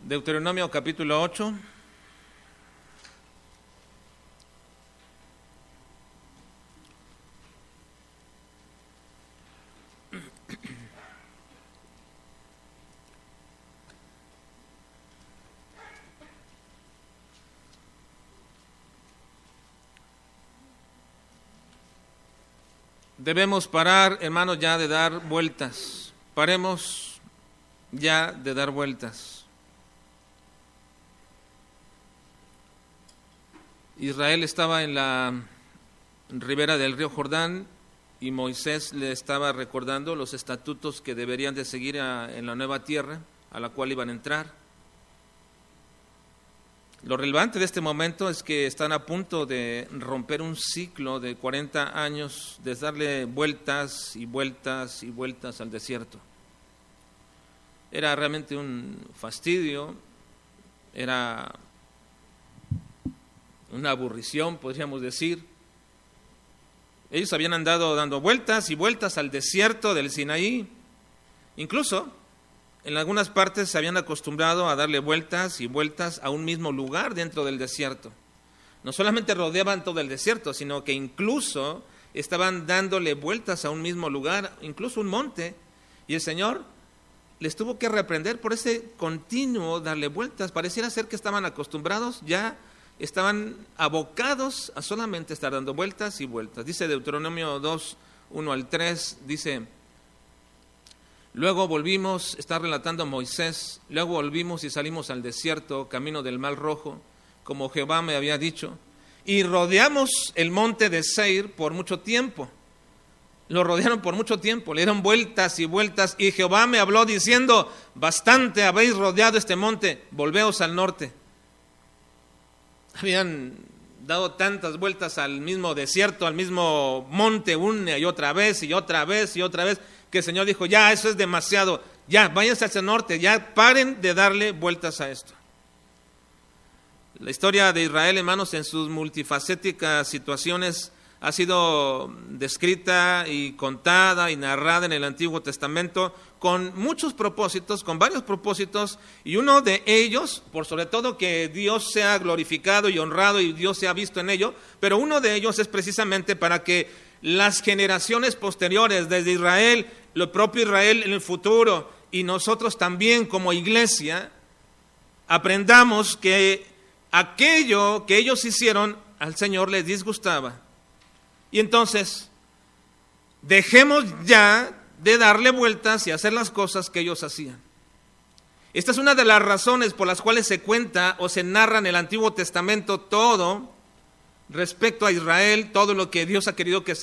Deuteronomio capítulo 8. Debemos parar, hermanos, ya de dar vueltas. Paremos ya de dar vueltas. Israel estaba en la ribera del río Jordán y Moisés le estaba recordando los estatutos que deberían de seguir en la nueva tierra a la cual iban a entrar. Lo relevante de este momento es que están a punto de romper un ciclo de 40 años, de darle vueltas y vueltas y vueltas al desierto. Era realmente un fastidio, era una aburrición, podríamos decir. Ellos habían andado dando vueltas y vueltas al desierto del Sinaí. Incluso en algunas partes se habían acostumbrado a darle vueltas y vueltas a un mismo lugar dentro del desierto. No solamente rodeaban todo el desierto, sino que incluso estaban dándole vueltas a un mismo lugar, incluso un monte. Y el Señor les tuvo que reprender por ese continuo darle vueltas. Pareciera ser que estaban acostumbrados, ya estaban abocados a solamente estar dando vueltas y vueltas. Dice Deuteronomio 2, 1 al 3, dice: luego volvimos, está relatando Moisés, luego volvimos y salimos al desierto, camino del Mar Rojo, como Jehová me había dicho, y rodeamos el monte de Seir por mucho tiempo. Lo rodearon por mucho tiempo, le dieron vueltas y vueltas, y Jehová me habló diciendo: bastante habéis rodeado este monte, volveos al norte. Habían dado tantas vueltas al mismo desierto, al mismo monte, una y otra vez, y otra vez, y otra vez, que el Señor dijo: ya, eso es demasiado, ya, váyanse hacia el norte, ya paren de darle vueltas a esto. La historia de Israel, hermanos, en sus multifacéticas situaciones, ha sido descrita y contada y narrada en el Antiguo Testamento con muchos propósitos, con varios propósitos, y uno de ellos, por sobre todo que Dios sea glorificado y honrado y Dios sea visto en ello, pero uno de ellos es precisamente para que las generaciones posteriores, desde Israel, lo propio Israel en el futuro, y nosotros también como iglesia, aprendamos que aquello que ellos hicieron al Señor les disgustaba. Y entonces, dejemos ya de darle vueltas y hacer las cosas que ellos hacían. Esta es una de las razones por las cuales se cuenta o se narra en el Antiguo Testamento todo respecto a Israel, todo lo que Dios ha querido que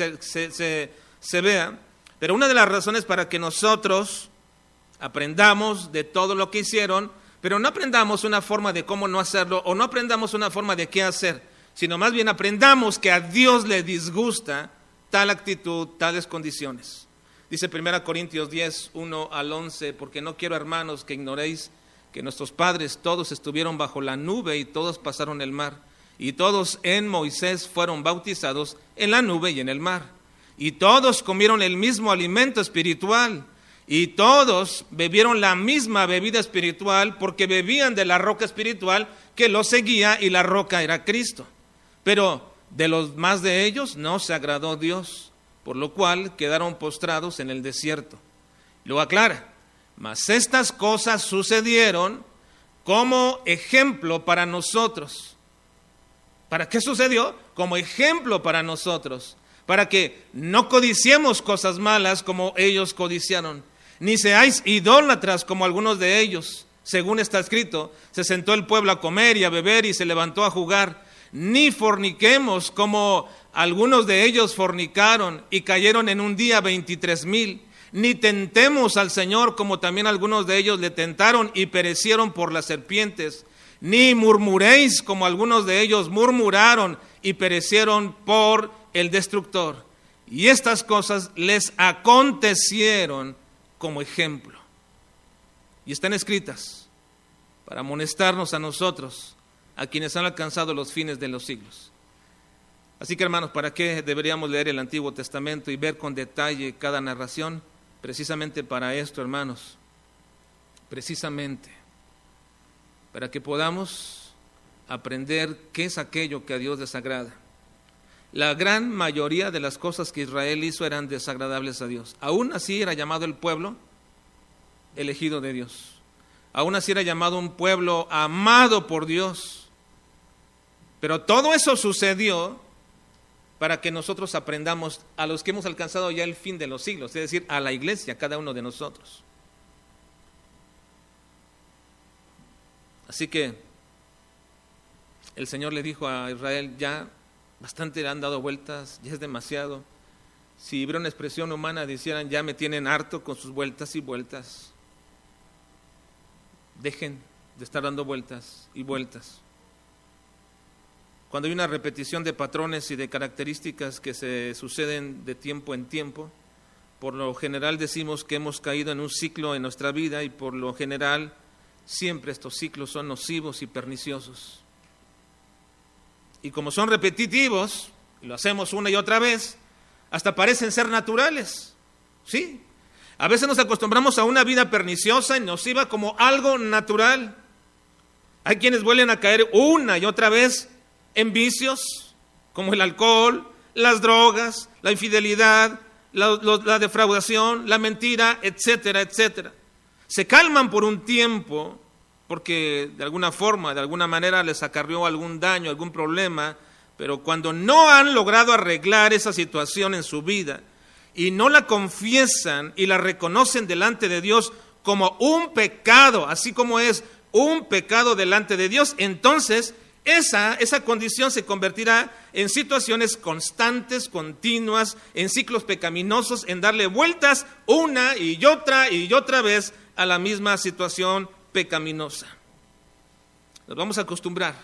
se vea. Pero una de las razones para que nosotros aprendamos de todo lo que hicieron, pero no aprendamos una forma de cómo no hacerlo, o no aprendamos una forma de qué hacer, sino más bien aprendamos que a Dios le disgusta tal actitud, tales condiciones. Dice 1 Corintios 10, 1 al 11, porque no quiero, hermanos, que ignoréis que nuestros padres todos estuvieron bajo la nube y todos pasaron el mar, y todos en Moisés fueron bautizados en la nube y en el mar, y todos comieron el mismo alimento espiritual, y todos bebieron la misma bebida espiritual, porque bebían de la roca espiritual que los seguía, y la roca era Cristo. Pero de los más de ellos no se agradó Dios, por lo cual quedaron postrados en el desierto. Luego aclara: mas estas cosas sucedieron como ejemplo para nosotros. ¿Para qué sucedió? Como ejemplo para nosotros, para que no codiciemos cosas malas como ellos codiciaron, ni seáis idólatras como algunos de ellos. Según está escrito: se sentó el pueblo a comer y a beber y se levantó a jugar. Ni forniquemos como algunos de ellos fornicaron y cayeron en un día 23,000. Ni tentemos al Señor como también algunos de ellos le tentaron y perecieron por las serpientes. Ni murmuréis como algunos de ellos murmuraron y perecieron por el destructor. Y estas cosas les acontecieron como ejemplo. Y están escritas para amonestarnos a nosotros, a quienes han alcanzado los fines de los siglos. Así que, hermanos, ¿para qué deberíamos leer el Antiguo Testamento y ver con detalle cada narración? Precisamente para esto, hermanos, precisamente para que podamos aprender qué es aquello que a Dios desagrada. La gran mayoría de las cosas que Israel hizo eran desagradables a Dios. Aún así era llamado el pueblo elegido de Dios. Aún así era llamado un pueblo amado por Dios. Pero todo eso sucedió para que nosotros aprendamos, a los que hemos alcanzado ya el fin de los siglos, es decir, a la iglesia, cada uno de nosotros. Así que el Señor le dijo a Israel, ya bastante le han dado vueltas, ya es demasiado. Si hubiera una expresión humana, dijeran, ya me tienen harto con sus vueltas y vueltas. Dejen de estar dando vueltas y vueltas. Cuando hay una repetición de patrones y de características que se suceden de tiempo en tiempo, por lo general decimos que hemos caído en un ciclo en nuestra vida y por lo general siempre estos ciclos son nocivos y perniciosos. Y como son repetitivos, y lo hacemos una y otra vez, hasta parecen ser naturales, ¿sí? A veces nos acostumbramos a una vida perniciosa y nociva como algo natural. Hay quienes vuelven a caer una y otra vez en vicios, como el alcohol, las drogas, la infidelidad, la defraudación, la mentira, etcétera, etcétera. Se calman por un tiempo, porque de alguna forma, de alguna manera les acarreó algún daño, algún problema, pero cuando no han logrado arreglar esa situación en su vida y no la confiesan y la reconocen delante de Dios como un pecado, así como es un pecado delante de Dios, entonces esa condición se convertirá en situaciones constantes, continuas, en ciclos pecaminosos, en darle vueltas una y otra vez a la misma situación pecaminosa. Nos vamos a acostumbrar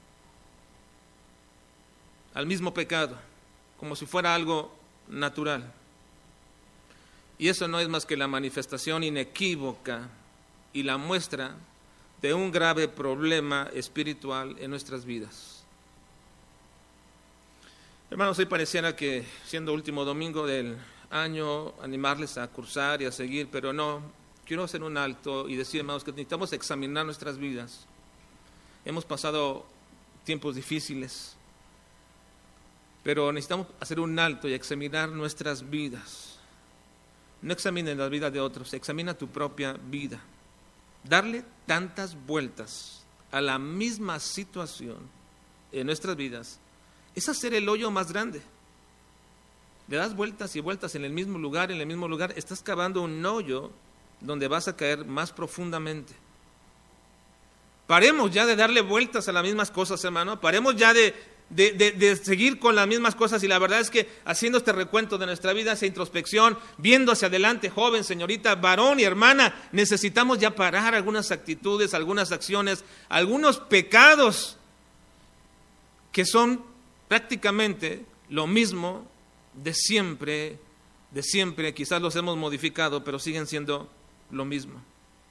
al mismo pecado, como si fuera algo natural. Y eso no es más que la manifestación inequívoca y la muestra de un grave problema espiritual en nuestras vidas. Hermanos, hoy pareciera que, siendo último domingo del año, animarles a cursar y a seguir, pero no. Quiero hacer un alto y decir, hermanos, que necesitamos examinar nuestras vidas. Hemos pasado tiempos difíciles, pero necesitamos hacer un alto y examinar nuestras vidas. No examinen la vida de otros, examina tu propia vida. Darle tantas vueltas a la misma situación en nuestras vidas es hacer el hoyo más grande. Le das vueltas y vueltas en el mismo lugar, estás cavando un hoyo donde vas a caer más profundamente. Paremos ya de darle vueltas a las mismas cosas, hermano. Paremos ya de seguir con las mismas cosas. Y la verdad es que haciendo este recuento de nuestra vida, esa introspección, viendo hacia adelante, joven, señorita, varón y hermana, necesitamos ya parar algunas actitudes, algunas acciones, algunos pecados que son prácticamente lo mismo de siempre, quizás los hemos modificado, pero siguen siendo lo mismo.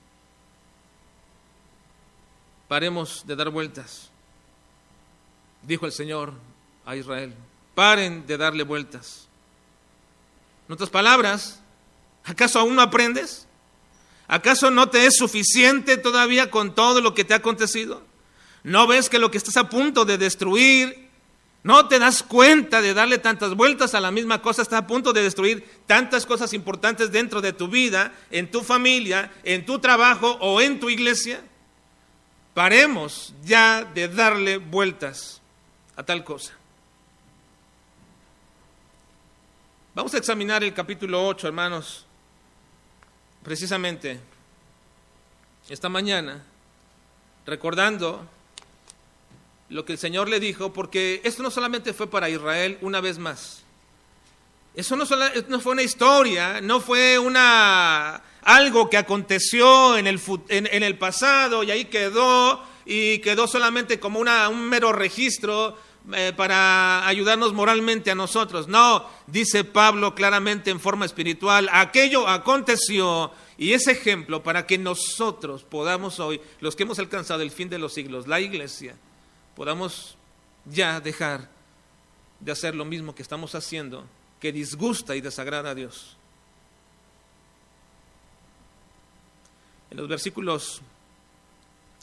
Paremos de dar vueltas. Dijo el Señor a Israel, paren de darle vueltas. En otras palabras, ¿acaso aún no aprendes? ¿Acaso no te es suficiente todavía con todo lo que te ha acontecido? ¿No ves que lo que estás a punto de destruir, no te das cuenta de darle tantas vueltas a la misma cosa, está a punto de destruir tantas cosas importantes dentro de tu vida, en tu familia, en tu trabajo o en tu iglesia? Paremos ya de darle vueltas a tal cosa. Vamos a examinar el capítulo 8, hermanos, precisamente esta mañana, recordando lo que el Señor le dijo, porque esto no solamente fue para Israel una vez más. Eso no fue una historia, no fue algo que aconteció en el pasado y ahí quedó, y quedó solamente como un mero registro para ayudarnos moralmente a nosotros. No, dice Pablo claramente en forma espiritual, aquello aconteció y es ejemplo para que nosotros podamos hoy, los que hemos alcanzado el fin de los siglos, la iglesia, podamos ya dejar de hacer lo mismo que estamos haciendo, que disgusta y desagrada a Dios. En los versículos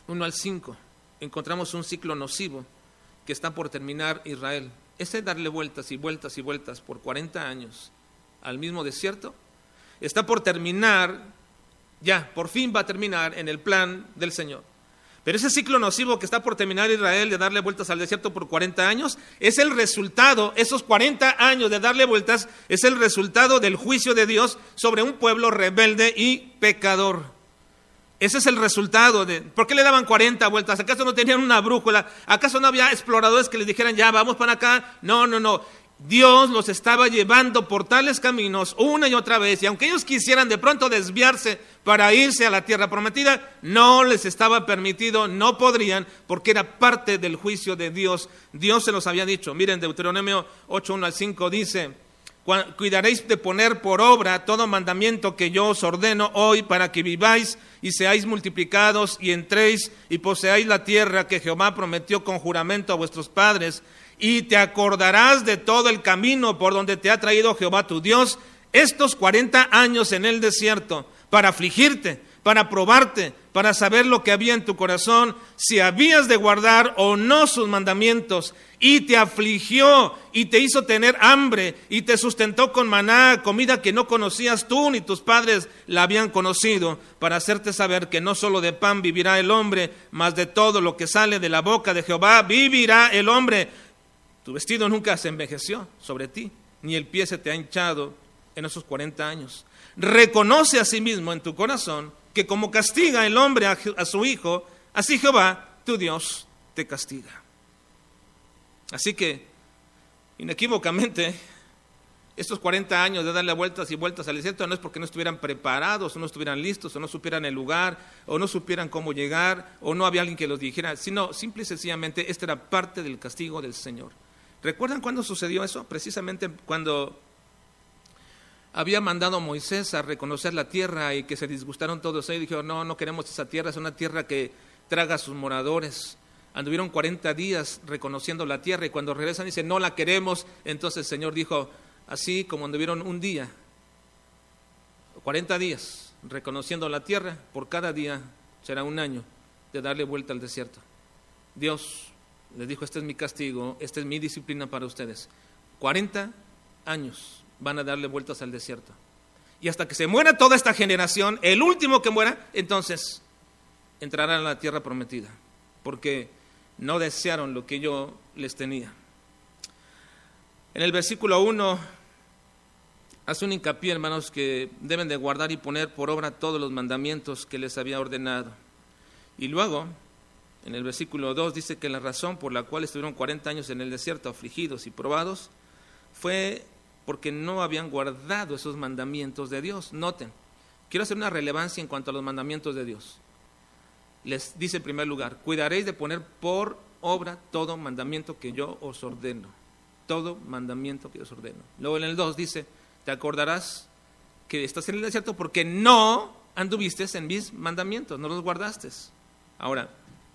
1 al 5, encontramos un ciclo nocivo que está por terminar Israel. Ese darle vueltas y vueltas y vueltas por 40 años al mismo desierto, está por terminar, ya, por fin va a terminar en el plan del Señor. Pero ese ciclo nocivo que está por terminar Israel de darle vueltas al desierto por 40 años, es el resultado, esos 40 años de darle vueltas, es el resultado del juicio de Dios sobre un pueblo rebelde y pecador. Ese es el resultado de... ¿Por qué le daban 40 vueltas? ¿Acaso no tenían una brújula? ¿Acaso no había exploradores que les dijeran, ya, vamos para acá? No. Dios los estaba llevando por tales caminos una y otra vez, y aunque ellos quisieran de pronto desviarse para irse a la tierra prometida, no les estaba permitido, no podrían, porque era parte del juicio de Dios. Dios se los había dicho. Miren, Deuteronomio 8, 1 al 5 dice: cuidaréis de poner por obra todo mandamiento que yo os ordeno hoy, para que viváis y seáis multiplicados y entréis y poseáis la tierra que Jehová prometió con juramento a vuestros padres. Y te acordarás de todo el camino por donde te ha traído Jehová tu Dios estos 40 años en el desierto, para afligirte, para probarte, para saber lo que había en tu corazón, si habías de guardar o no sus mandamientos. Y te afligió y te hizo tener hambre y te sustentó con maná, comida que no conocías tú ni tus padres la habían conocido, para hacerte saber que no solo de pan vivirá el hombre, mas de todo lo que sale de la boca de Jehová vivirá el hombre. Tu vestido nunca se envejeció sobre ti, ni el pie se te ha hinchado en esos 40 años. Reconoce a sí mismo en tu corazón que como castiga el hombre a su hijo, así Jehová, tu Dios, te castiga. Así que, inequívocamente, estos 40 años de darle vueltas y vueltas al desierto no es porque no estuvieran preparados, o no estuvieran listos, o no supieran el lugar, o no supieran cómo llegar, o no había alguien que los dijera, sino simple y sencillamente esta era parte del castigo del Señor. ¿Recuerdan cuándo sucedió eso? Precisamente cuando había mandado a Moisés a reconocer la tierra y que se disgustaron todos ellos y dijeron, no queremos esa tierra, es una tierra que traga a sus moradores. Anduvieron 40 días reconociendo la tierra y cuando regresan dicen, no la queremos. Entonces el Señor dijo, así como anduvieron un día, 40 días reconociendo la tierra, por cada día será un año de darle vuelta al desierto. Dios les dijo, este es mi castigo, esta es mi disciplina para ustedes. 40 años van a darle vueltas al desierto. Y hasta que se muera toda esta generación, el último que muera, entonces entrarán a la tierra prometida, porque no desearon lo que yo les tenía. En el versículo 1 hace un hincapié, hermanos, que deben de guardar y poner por obra todos los mandamientos que les había ordenado. Y luego, en el versículo 2 dice que la razón por la cual estuvieron 40 años en el desierto afligidos y probados fue porque no habían guardado esos mandamientos de Dios. Noten, quiero hacer una relevancia en cuanto a los mandamientos de Dios. Les dice en primer lugar, cuidaréis de poner por obra todo mandamiento que yo os ordeno. Todo mandamiento que yo os ordeno. Luego en el 2 dice, te acordarás que estás en el desierto porque no anduviste en mis mandamientos, no los guardaste. Ahora,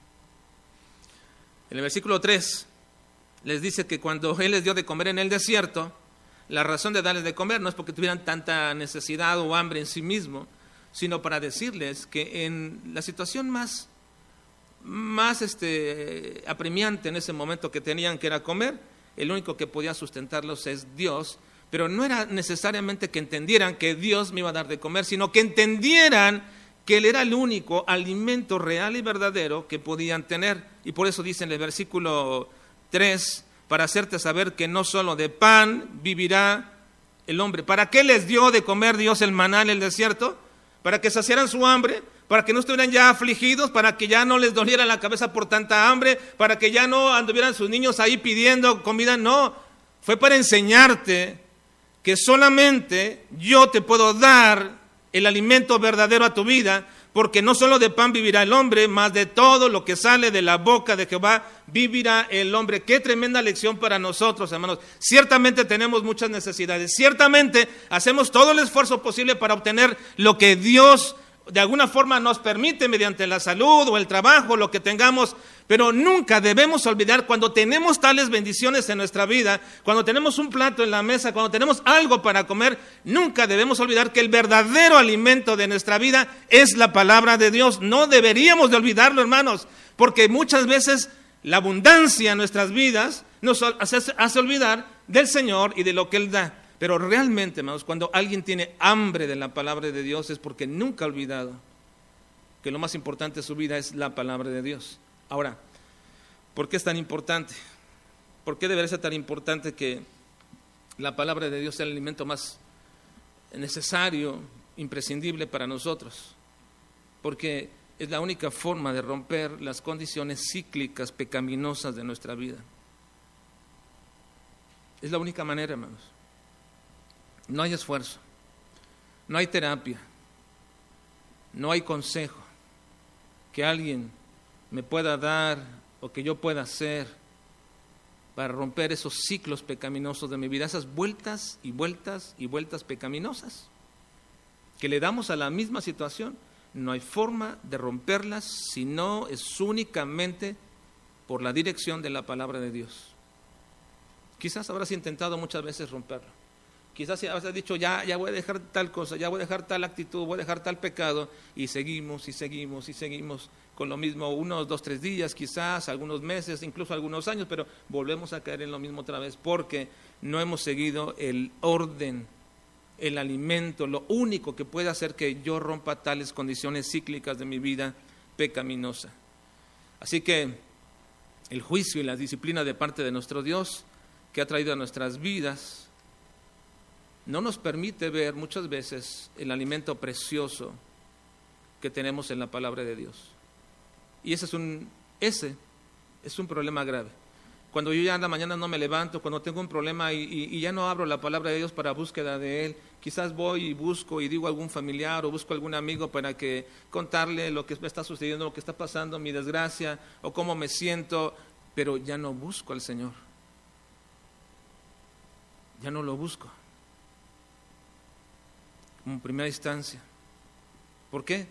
en el versículo 3 les dice que cuando Él les dio de comer en el desierto, la razón de darles de comer no es porque tuvieran tanta necesidad o hambre en sí mismo, sino para decirles que en la situación más apremiante en ese momento que tenían, que era comer, el único que podía sustentarlos es Dios, pero no era necesariamente que entendieran que Dios me iba a dar de comer, sino que entendieran que Él era el único alimento real y verdadero que podían tener. Y por eso dice en el versículo 3, para hacerte saber que no solo de pan vivirá el hombre. ¿Para qué les dio de comer Dios el maná en el desierto? Para que saciaran su hambre, para que no estuvieran ya afligidos, para que ya no les doliera la cabeza por tanta hambre, para que ya no anduvieran sus niños ahí pidiendo comida. No, fue para enseñarte que solamente yo te puedo dar el alimento verdadero a tu vida, porque no solo de pan vivirá el hombre, mas de todo lo que sale de la boca de Jehová vivirá el hombre. Qué tremenda lección para nosotros, hermanos. Ciertamente tenemos muchas necesidades, ciertamente hacemos todo el esfuerzo posible para obtener lo que Dios de alguna forma nos permite mediante la salud o el trabajo, lo que tengamos, pero nunca debemos olvidar cuando tenemos tales bendiciones en nuestra vida, cuando tenemos un plato en la mesa, cuando tenemos algo para comer, nunca debemos olvidar que el verdadero alimento de nuestra vida es la palabra de Dios. No deberíamos de olvidarlo, hermanos, porque muchas veces la abundancia en nuestras vidas nos hace olvidar del Señor y de lo que Él da. Pero realmente, hermanos, cuando alguien tiene hambre de la palabra de Dios es porque nunca ha olvidado que lo más importante de su vida es la palabra de Dios. Ahora, ¿por qué es tan importante? ¿Por qué debería ser tan importante que la palabra de Dios sea el alimento más necesario, imprescindible para nosotros? Porque es la única forma de romper las condiciones cíclicas, pecaminosas de nuestra vida. Es la única manera, hermanos. No hay esfuerzo, no hay terapia, no hay consejo que alguien me pueda dar o que yo pueda hacer para romper esos ciclos pecaminosos de mi vida, esas vueltas y vueltas y vueltas pecaminosas que le damos a la misma situación. No hay forma de romperlas si no es únicamente por la dirección de la palabra de Dios. Quizás habrás intentado muchas veces romperlo. Quizás habrás dicho, ya voy a dejar tal cosa, ya voy a dejar tal actitud, voy a dejar tal pecado, y seguimos con lo mismo 1, 2, 3 días, quizás algunos meses, incluso algunos años, pero volvemos a caer en lo mismo otra vez, porque no hemos seguido el orden, el alimento, lo único que puede hacer que yo rompa tales condiciones cíclicas de mi vida pecaminosa. Así que el juicio y la disciplina de parte de nuestro Dios, que ha traído a nuestras vidas, no nos permite ver muchas veces el alimento precioso que tenemos en la palabra de Dios. Y ese es un problema grave. Cuando yo ya en la mañana no me levanto, cuando tengo un problema y ya no abro la palabra de Dios para búsqueda de Él, quizás voy y busco y digo a algún familiar o busco a algún amigo para que contarle lo que me está sucediendo, lo que está pasando, mi desgracia o cómo me siento, pero ya no busco al Señor. Ya no lo busco como primera instancia. ¿Por qué?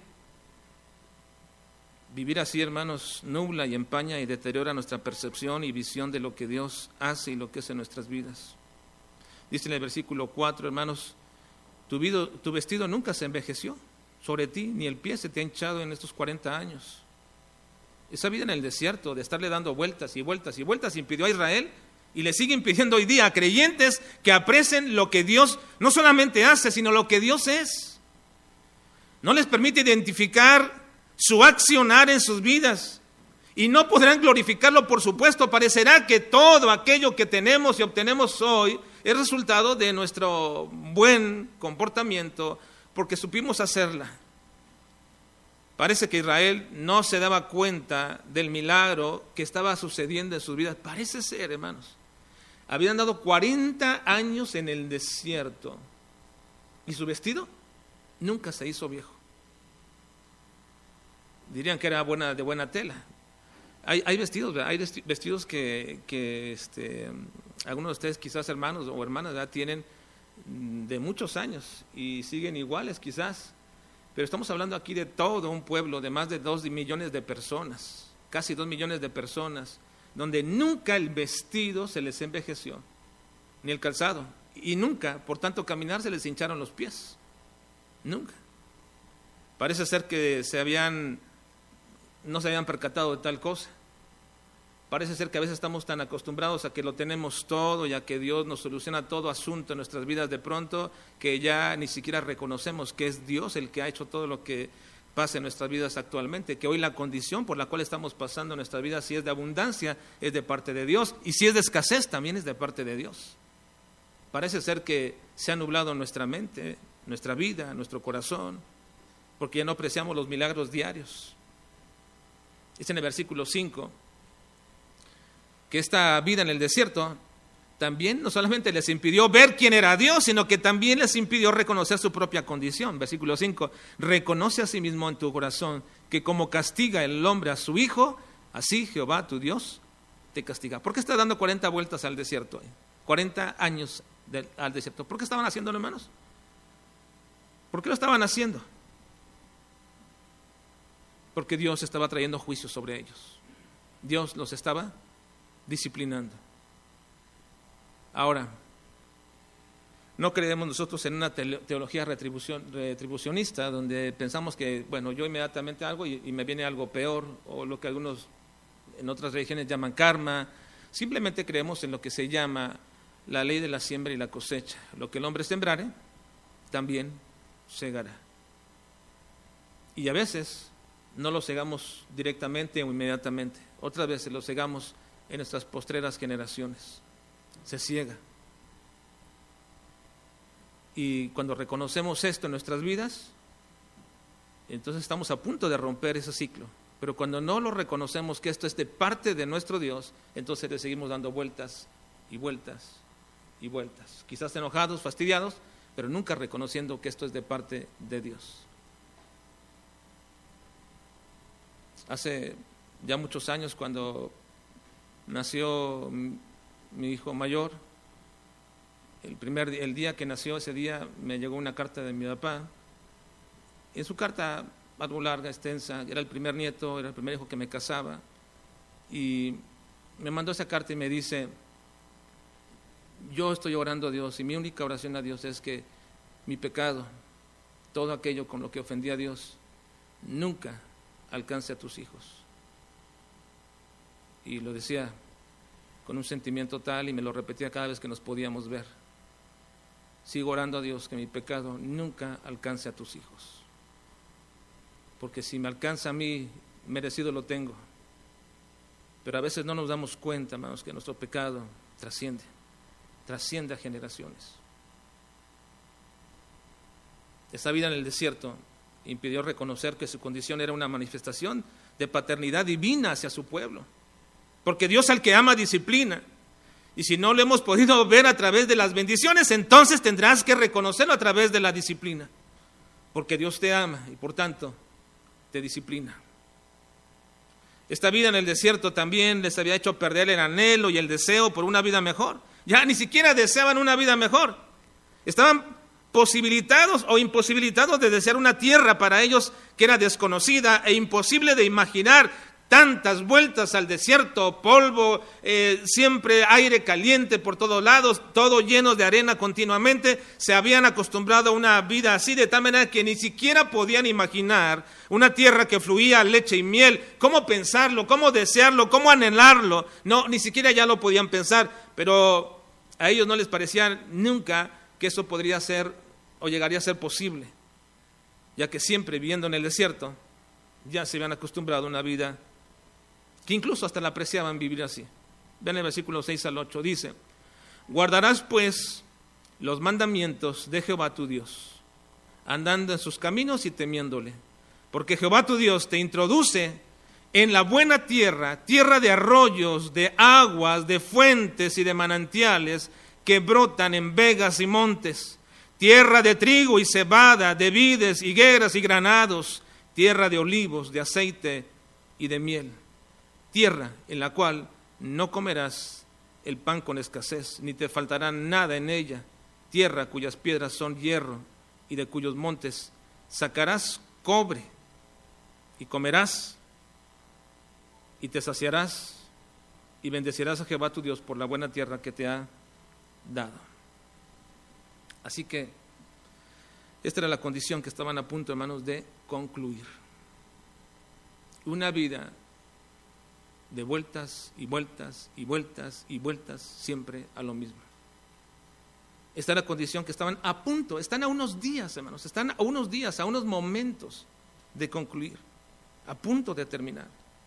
Vivir así, hermanos, nubla y empaña y deteriora nuestra percepción y visión de lo que Dios hace y lo que es en nuestras vidas. Dice en el versículo 4, hermanos, tu vestido nunca se envejeció sobre ti, ni el pie se te ha hinchado en estos 40 años. Esa vida en el desierto, de estarle dando vueltas y vueltas y vueltas, impidió a Israel y le sigue impidiendo hoy día a creyentes que aprecien lo que Dios no solamente hace, sino lo que Dios es. No les permite identificar su accionar en sus vidas y no podrán glorificarlo, por supuesto. Parecerá que todo aquello que tenemos y obtenemos hoy es resultado de nuestro buen comportamiento porque supimos hacerla. Parece que Israel no se daba cuenta del milagro que estaba sucediendo en sus vidas. Parece ser, hermanos. Habían dado 40 años en el desierto y su vestido nunca se hizo viejo. Dirían que era de buena tela. Hay vestidos que algunos de ustedes, quizás hermanos o hermanas, ya tienen de muchos años y siguen iguales quizás. Pero estamos hablando aquí de todo un pueblo de más de 2 millones de personas, casi 2 millones de personas, donde nunca el vestido se les envejeció, ni el calzado, y nunca, por tanto caminar, se les hincharon los pies. Nunca. Parece ser que no se habían percatado de tal cosa. Parece ser que a veces estamos tan acostumbrados a que lo tenemos todo y a que Dios nos soluciona todo asunto en nuestras vidas de pronto, que ya ni siquiera reconocemos que es Dios el que ha hecho todo lo que pasa en nuestras vidas actualmente, que hoy la condición por la cual estamos pasando en nuestra vida, si es de abundancia, es de parte de Dios, y si es de escasez, también es de parte de Dios. Parece ser que se ha nublado nuestra mente, nuestra vida, nuestro corazón, porque ya no apreciamos los milagros diarios. Dice en el versículo 5 que esta vida en el desierto también no solamente les impidió ver quién era Dios, sino que también les impidió reconocer su propia condición. Versículo 5, reconoce a sí mismo en tu corazón que como castiga el hombre a su hijo, así Jehová tu Dios te castiga. ¿Por qué está dando 40 vueltas al desierto? 40 años al desierto. ¿Por qué estaban haciéndolo, hermanos? ¿Por qué lo estaban haciendo? porque Dios estaba trayendo juicio sobre ellos. Dios los estaba disciplinando. Ahora, no creemos nosotros en una teología retribucionista, donde pensamos que, bueno, yo inmediatamente hago y me viene algo peor, o lo que algunos en otras religiones llaman karma. Simplemente creemos en lo que se llama la ley de la siembra y la cosecha. Lo que el hombre sembrare, también segará. Y a veces no lo segamos directamente o inmediatamente. Otras veces lo segamos en nuestras postreras generaciones. Se ciega. Y cuando reconocemos esto en nuestras vidas, entonces estamos a punto de romper ese ciclo. Pero cuando no lo reconocemos, que esto es de parte de nuestro Dios, entonces le seguimos dando vueltas y vueltas y vueltas. Quizás enojados, fastidiados, pero nunca reconociendo que esto es de parte de Dios. Hace ya muchos años, cuando nació mi hijo mayor, el día que nació, ese día me llegó una carta de mi papá. En su carta, algo larga, extensa, era el primer nieto, era el primer hijo que me casaba, y me mandó esa carta y me dice: yo estoy orando a Dios, y mi única oración a Dios es que mi pecado, todo aquello con lo que ofendí a Dios, nunca alcance a tus hijos. Y lo decía con un sentimiento tal, y me lo repetía cada vez que nos podíamos ver: sigo orando a Dios que mi pecado nunca alcance a tus hijos, porque si me alcanza a mí, merecido lo tengo. Pero a veces no nos damos cuenta, hermanos, que nuestro pecado trasciende a generaciones. Esa vida en el desierto impidió reconocer que su condición era una manifestación de paternidad divina hacia su pueblo, porque Dios al que ama disciplina. Y si no lo hemos podido ver a través de las bendiciones, entonces tendrás que reconocerlo a través de la disciplina, porque Dios te ama y por tanto te disciplina. Esta vida en el desierto también les había hecho perder el anhelo y el deseo por una vida mejor. Ya ni siquiera deseaban una vida mejor. Estaban posibilitados o imposibilitados de desear una tierra para ellos que era desconocida e imposible de imaginar. Tantas vueltas al desierto, polvo, siempre aire caliente por todos lados, todo lleno de arena continuamente. Se habían acostumbrado a una vida así, de tal manera que ni siquiera podían imaginar una tierra que fluía leche y miel. ¿Cómo pensarlo? ¿Cómo desearlo? ¿Cómo anhelarlo? No, ni siquiera ya lo podían pensar, pero a ellos no les parecía nunca que eso podría ser o llegaría a ser posible, ya que siempre viviendo en el desierto ya se habían acostumbrado a una vida que incluso hasta la apreciaban vivir así. Vean el versículo 6 al 8, dice: guardarás pues los mandamientos de Jehová tu Dios, andando en sus caminos y temiéndole, porque Jehová tu Dios te introduce en la buena tierra, tierra de arroyos, de aguas, de fuentes y de manantiales que brotan en vegas y montes, tierra de trigo y cebada, de vides, higueras y granados, tierra de olivos, de aceite y de miel. Tierra en la cual no comerás el pan con escasez, ni te faltará nada en ella. Tierra cuyas piedras son hierro y de cuyos montes sacarás cobre, y comerás y te saciarás y bendecirás a Jehová tu Dios por la buena tierra que te ha dado. Así que esta era la condición que estaban a punto, hermanos, de concluir. Una vida de vueltas y vueltas y vueltas y vueltas siempre a lo mismo. Esta es la condición que estaban a punto, están a unos días, hermanos, están a unos días, a unos momentos de concluir, a punto de terminar.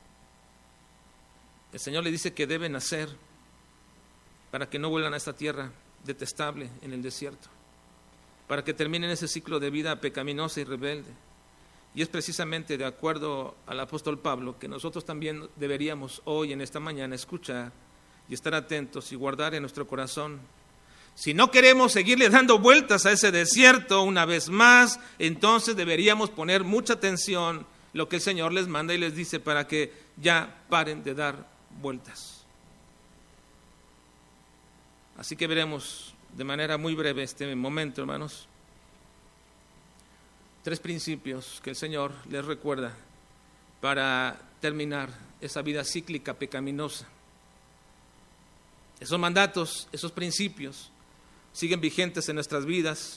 El Señor le dice que deben hacer para que no vuelvan a esta tierra detestable en el desierto, para que terminen ese ciclo de vida pecaminosa y rebelde. Y es precisamente de acuerdo al apóstol Pablo que nosotros también deberíamos hoy, en esta mañana, escuchar y estar atentos y guardar en nuestro corazón. Si no queremos seguirle dando vueltas a ese desierto una vez más, entonces deberíamos poner mucha atención lo que el Señor les manda y les dice para que ya paren de dar vueltas. Así que veremos de manera muy breve este momento, hermanos, 3 principios que el Señor les recuerda para terminar esa vida cíclica pecaminosa. Esos mandatos, esos principios siguen vigentes en nuestras vidas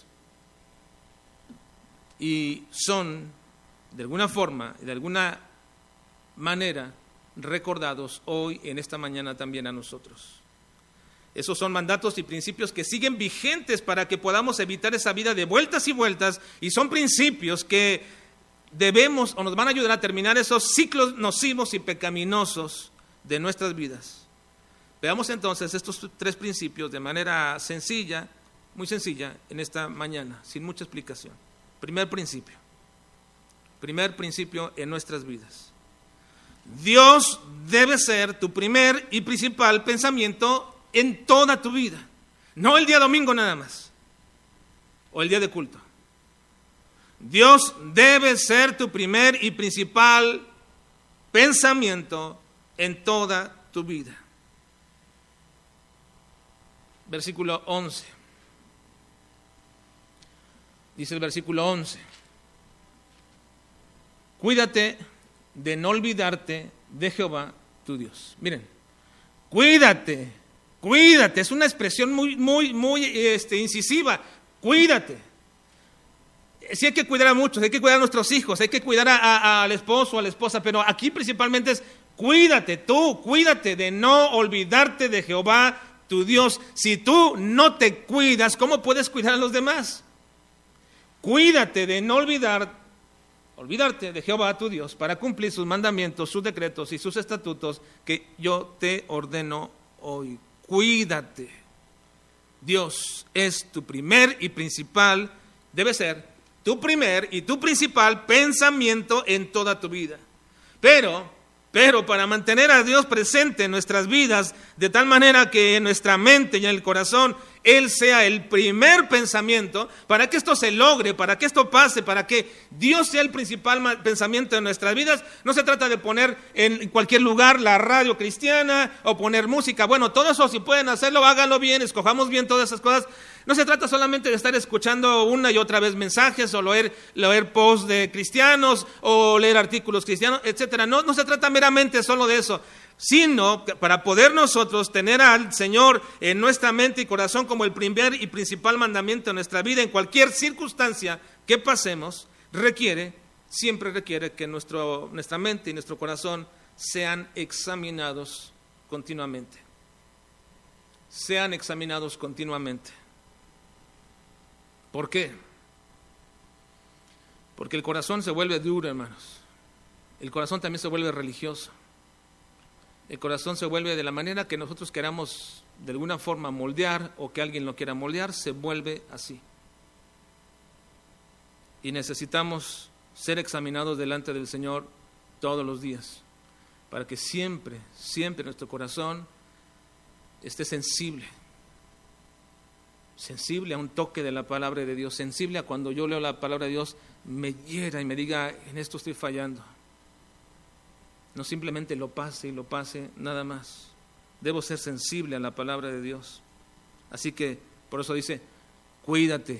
y son, de alguna forma, de alguna manera, recordados hoy, en esta mañana también a nosotros. Esos son mandatos y principios que siguen vigentes para que podamos evitar esa vida de vueltas y vueltas, y son principios que debemos o nos van a ayudar a terminar esos ciclos nocivos y pecaminosos de nuestras vidas. Veamos entonces estos 3 principios de manera sencilla, muy sencilla, en esta mañana, sin mucha explicación. Primer principio en nuestras vidas. Dios debe ser tu primer y principal pensamiento en toda tu vida, no el día domingo nada más, o el día de culto. Dios debe ser tu primer y principal pensamiento en toda tu vida. Versículo 11. Dice el versículo 11: cuídate de no olvidarte de Jehová tu Dios. Miren, cuídate, es una expresión muy incisiva. Cuídate. Sí hay que cuidar a muchos, hay que cuidar a nuestros hijos, hay que cuidar al esposo o a la esposa, pero aquí principalmente es cuídate de no olvidarte de Jehová tu Dios. Si tú no te cuidas, ¿cómo puedes cuidar a los demás? Cuídate de no olvidarte de Jehová tu Dios para cumplir sus mandamientos, sus decretos y sus estatutos que yo te ordeno hoy. Cuídate. Dios es tu primer y principal, debe ser tu primer y tu principal pensamiento en toda tu vida. Pero para mantener a Dios presente en nuestras vidas, de tal manera que en nuestra mente y en el corazón Él sea el primer pensamiento, para que esto se logre, para que esto pase, para que Dios sea el principal pensamiento de nuestras vidas, no se trata de poner en cualquier lugar la radio cristiana o poner música. Bueno, todo eso, si pueden hacerlo, háganlo bien, escojamos bien todas esas cosas. No se trata solamente de estar escuchando una y otra vez mensajes o leer posts de cristianos o leer artículos cristianos, etcétera. No se trata meramente solo de eso, sino para poder nosotros tener al Señor en nuestra mente y corazón como el primer y principal mandamiento de nuestra vida en cualquier circunstancia que pasemos, siempre requiere que nuestra mente y nuestro corazón sean examinados continuamente. ¿Por qué? Porque el corazón se vuelve duro, hermanos. El corazón también se vuelve religioso. El corazón se vuelve de la manera que nosotros queramos de alguna forma moldear o que alguien lo quiera moldear, se vuelve así. Y necesitamos ser examinados delante del Señor todos los días para que siempre nuestro corazón esté sensible a un toque de la palabra de Dios, sensible a cuando yo leo la palabra de Dios, me hiera y me diga, en esto estoy fallando. No simplemente lo pase, nada más. Debo ser sensible a la palabra de Dios. Así que, por eso dice, cuídate.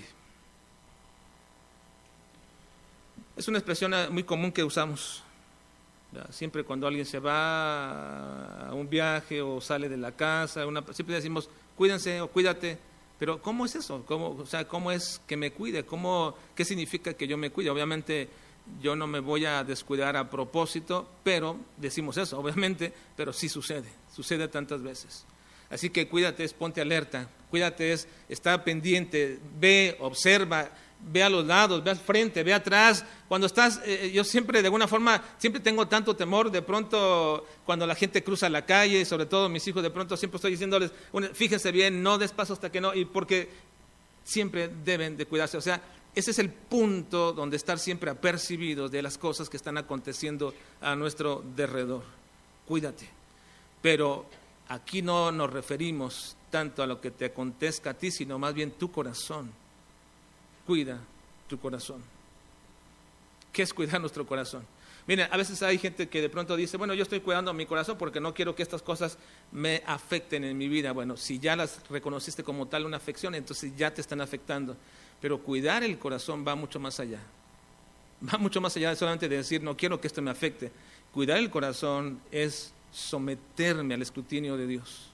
Es una expresión muy común que usamos. Siempre cuando alguien se va a un viaje o sale de la casa, siempre decimos, cuídense o cuídate. Pero ¿cómo es eso? ¿Cómo es que me cuide? ¿Qué significa que yo me cuide? Obviamente yo no me voy a descuidar a propósito, pero decimos eso, obviamente, pero sí sucede tantas veces. Así que cuídate, ponte alerta, cuídate, está pendiente, ve, observa, ve a los lados, ve al frente, ve atrás. Cuando estás, yo siempre de alguna forma, siempre tengo tanto temor, de pronto cuando la gente cruza la calle, sobre todo mis hijos, de pronto siempre estoy diciéndoles, fíjense bien, no des paso hasta que no, y porque siempre deben de cuidarse. O sea, ese es el punto donde estar siempre apercibidos de las cosas que están aconteciendo a nuestro derredor. Cuídate. Pero aquí no nos referimos tanto a lo que te acontezca a ti, sino más bien tu corazón. Cuida tu corazón. ¿Qué es cuidar nuestro corazón? Miren, a veces hay gente que de pronto dice, bueno, yo estoy cuidando mi corazón porque no quiero que estas cosas me afecten en mi vida. Bueno, si ya las reconociste como tal una afección, entonces ya te están afectando. Pero cuidar el corazón va mucho más allá. Va mucho más allá de solamente decir, no quiero que esto me afecte. Cuidar el corazón es someterme al escrutinio de Dios.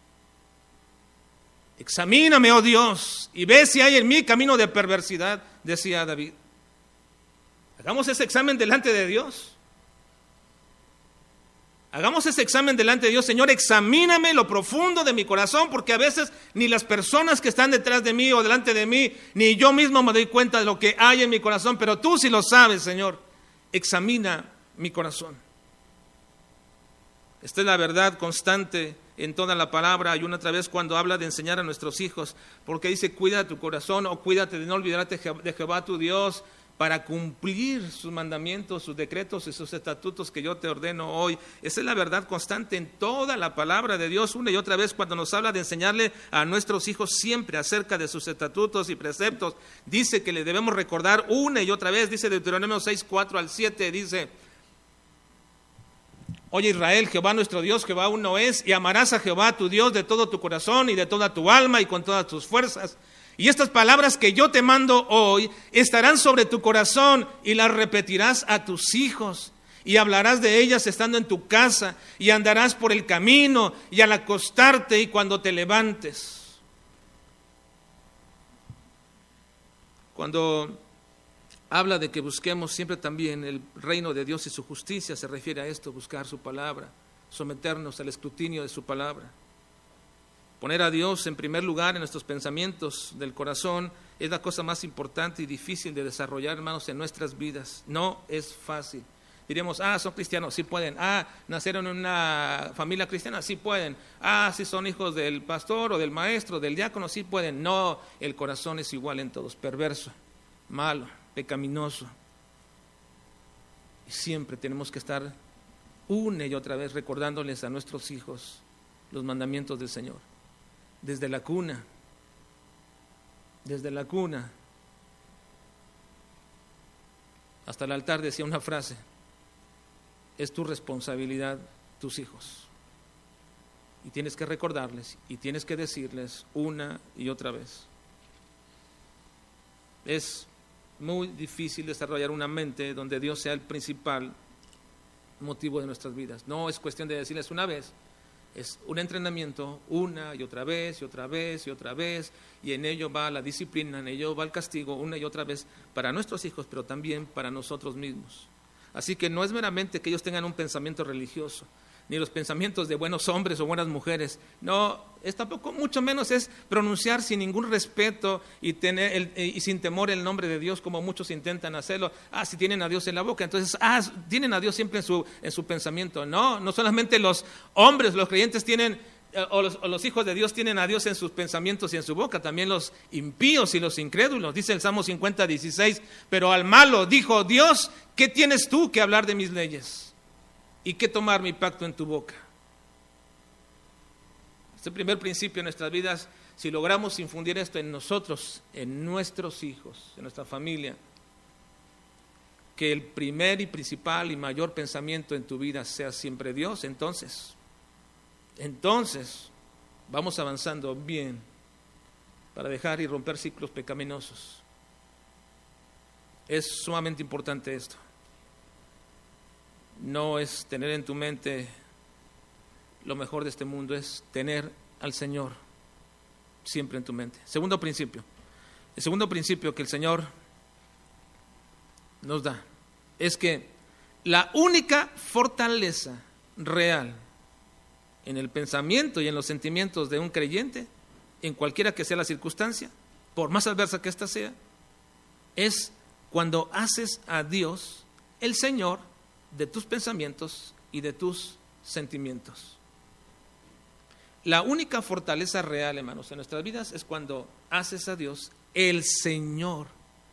Examíname, oh Dios, y ve si hay en mí camino de perversidad, decía David. Hagamos ese examen delante de Dios. Hagamos ese examen delante de Dios. Señor, examíname lo profundo de mi corazón, porque a veces ni las personas que están detrás de mí o delante de mí, ni yo mismo me doy cuenta de lo que hay en mi corazón, pero tú sí lo sabes, Señor. Examina mi corazón. Esta es la verdad constante en toda la palabra, y una otra vez cuando habla de enseñar a nuestros hijos, porque dice, cuida tu corazón, o cuídate de no olvidarte de Jehová tu Dios, para cumplir sus mandamientos, sus decretos y sus estatutos que yo te ordeno hoy. Esa es la verdad constante en toda la palabra de Dios, una y otra vez cuando nos habla de enseñarle a nuestros hijos siempre acerca de sus estatutos y preceptos. Dice que le debemos recordar una y otra vez, dice Deuteronomio 6, 4 al 7, dice: Oye Israel, Jehová nuestro Dios, Jehová uno es, y amarás a Jehová tu Dios de todo tu corazón y de toda tu alma y con todas tus fuerzas. Y estas palabras que yo te mando hoy estarán sobre tu corazón, y las repetirás a tus hijos, y hablarás de ellas estando en tu casa, y andarás por el camino, y al acostarte y cuando te levantes. Cuando habla de que busquemos siempre también el reino de Dios y su justicia, se refiere a esto: buscar su palabra, someternos al escrutinio de su palabra. Poner a Dios en primer lugar en nuestros pensamientos del corazón es la cosa más importante y difícil de desarrollar, hermanos, en nuestras vidas. No es fácil. Diremos, son cristianos, sí pueden. Nacieron en una familia cristiana, sí pueden. Si son hijos del pastor o del maestro, del diácono, sí pueden. No, el corazón es igual en todos, perverso, malo, pecaminoso. Y siempre tenemos que estar una y otra vez recordándoles a nuestros hijos los mandamientos del Señor. Desde la cuna, hasta el altar decía una frase: es tu responsabilidad tus hijos. Y tienes que recordarles y tienes que decirles una y otra vez. Es muy difícil desarrollar una mente donde Dios sea el principal motivo de nuestras vidas. No es cuestión de decirles una vez. Es un entrenamiento una y otra vez y otra vez y otra vez, y en ello va la disciplina, en ello va el castigo una y otra vez para nuestros hijos, pero también para nosotros mismos. Así que no es meramente que ellos tengan un pensamiento religioso, ni los pensamientos de buenos hombres o buenas mujeres. No, es tampoco, mucho menos es pronunciar sin ningún respeto y sin temor el nombre de Dios, como muchos intentan hacerlo. Si tienen a Dios en la boca, entonces tienen a Dios siempre en su pensamiento. No solamente los hombres, los creyentes tienen, o los hijos de Dios tienen a Dios en sus pensamientos y en su boca, también los impíos y los incrédulos. Dice el Salmo 50, 16, pero al malo dijo Dios: ¿qué tienes tú que hablar de mis leyes? ¿Y qué tomar mi pacto en tu boca? Este primer principio en nuestras vidas, si logramos infundir esto en nosotros, en nuestros hijos, en nuestra familia, que el primer y principal y mayor pensamiento en tu vida sea siempre Dios, entonces vamos avanzando bien para dejar y romper ciclos pecaminosos. Es sumamente importante esto. No es tener en tu mente lo mejor de este mundo, es tener al Señor siempre en tu mente. Segundo principio. El segundo principio que el Señor nos da es que la única fortaleza real en el pensamiento y en los sentimientos de un creyente, en cualquiera que sea la circunstancia, por más adversa que ésta sea, es cuando haces a Dios el Señor de tus pensamientos y de tus sentimientos. La única fortaleza real, hermanos, en nuestras vidas es cuando haces a Dios el Señor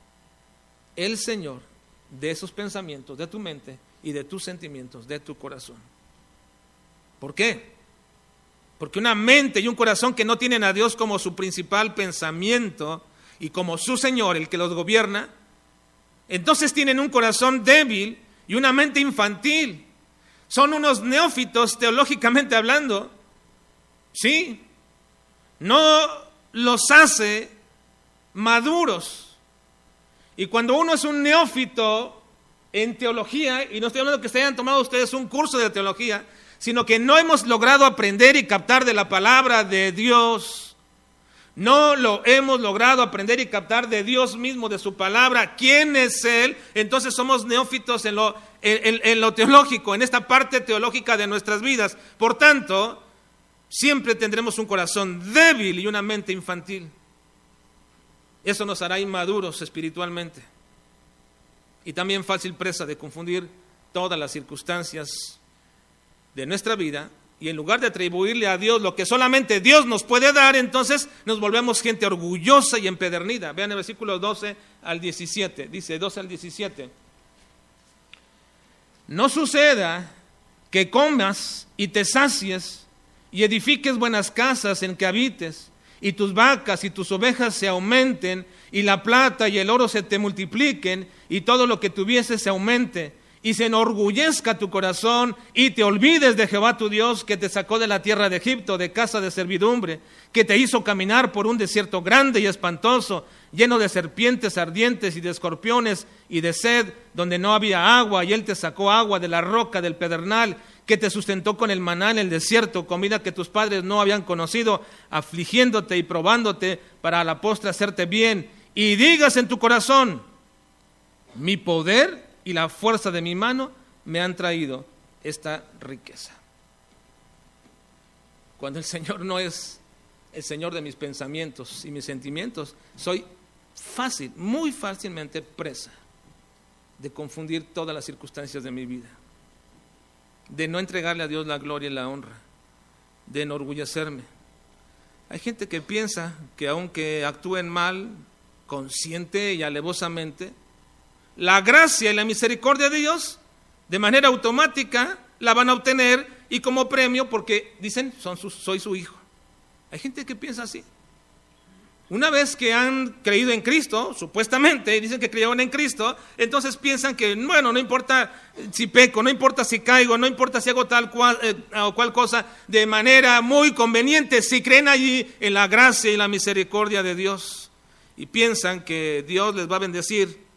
de esos pensamientos, de tu mente y de tus sentimientos, de tu corazón. ¿Por qué? Porque una mente y un corazón que no tienen a Dios como su principal pensamiento y como su Señor, el que los gobierna, entonces tienen un corazón débil y una mente infantil. Son unos neófitos teológicamente hablando. Sí, no los hace maduros. Y cuando uno es un neófito en teología, y no estoy hablando que se hayan tomado ustedes un curso de teología, sino que no hemos logrado aprender y captar de la palabra de Dios. No lo hemos logrado aprender y captar de Dios mismo, de su palabra. ¿Quién es Él? Entonces somos neófitos en lo teológico, en esta parte teológica de nuestras vidas. Por tanto, siempre tendremos un corazón débil y una mente infantil. Eso nos hará inmaduros espiritualmente. Y también fácil presa de confundir todas las circunstancias de nuestra vida, y en lugar de atribuirle a Dios lo que solamente Dios nos puede dar, entonces nos volvemos gente orgullosa y empedernida. Vean el versículo 12 al 17, dice 12 al 17. No suceda que comas y te sacies y edifiques buenas casas en que habites, y tus vacas y tus ovejas se aumenten, y la plata y el oro se te multipliquen, y todo lo que tuvieses se aumente, y se enorgullezca tu corazón, y te olvides de Jehová tu Dios, que te sacó de la tierra de Egipto, de casa de servidumbre, que te hizo caminar por un desierto grande y espantoso, lleno de serpientes ardientes y de escorpiones y de sed, donde no había agua, y él te sacó agua de la roca del pedernal, que te sustentó con el maná en el desierto, comida que tus padres no habían conocido, afligiéndote y probándote para a la postre hacerte bien. Y digas en tu corazón: mi poder y la fuerza de mi mano me han traído esta riqueza. Cuando el Señor no es el Señor de mis pensamientos y mis sentimientos, soy muy fácilmente presa de confundir todas las circunstancias de mi vida, de no entregarle a Dios la gloria y la honra, de enorgullecerme. Hay gente que piensa que aunque actúen mal, consciente y alevosamente, la gracia y la misericordia de Dios, de manera automática, la van a obtener, y como premio, porque dicen, soy su hijo. Hay gente que piensa así. Una vez que han creído en Cristo, supuestamente, dicen que creyeron en Cristo, entonces piensan que, bueno, no importa si peco, no importa si caigo, no importa si hago tal o cual cosa, de manera muy conveniente, si creen allí en la gracia y la misericordia de Dios, y piensan que Dios les va a bendecir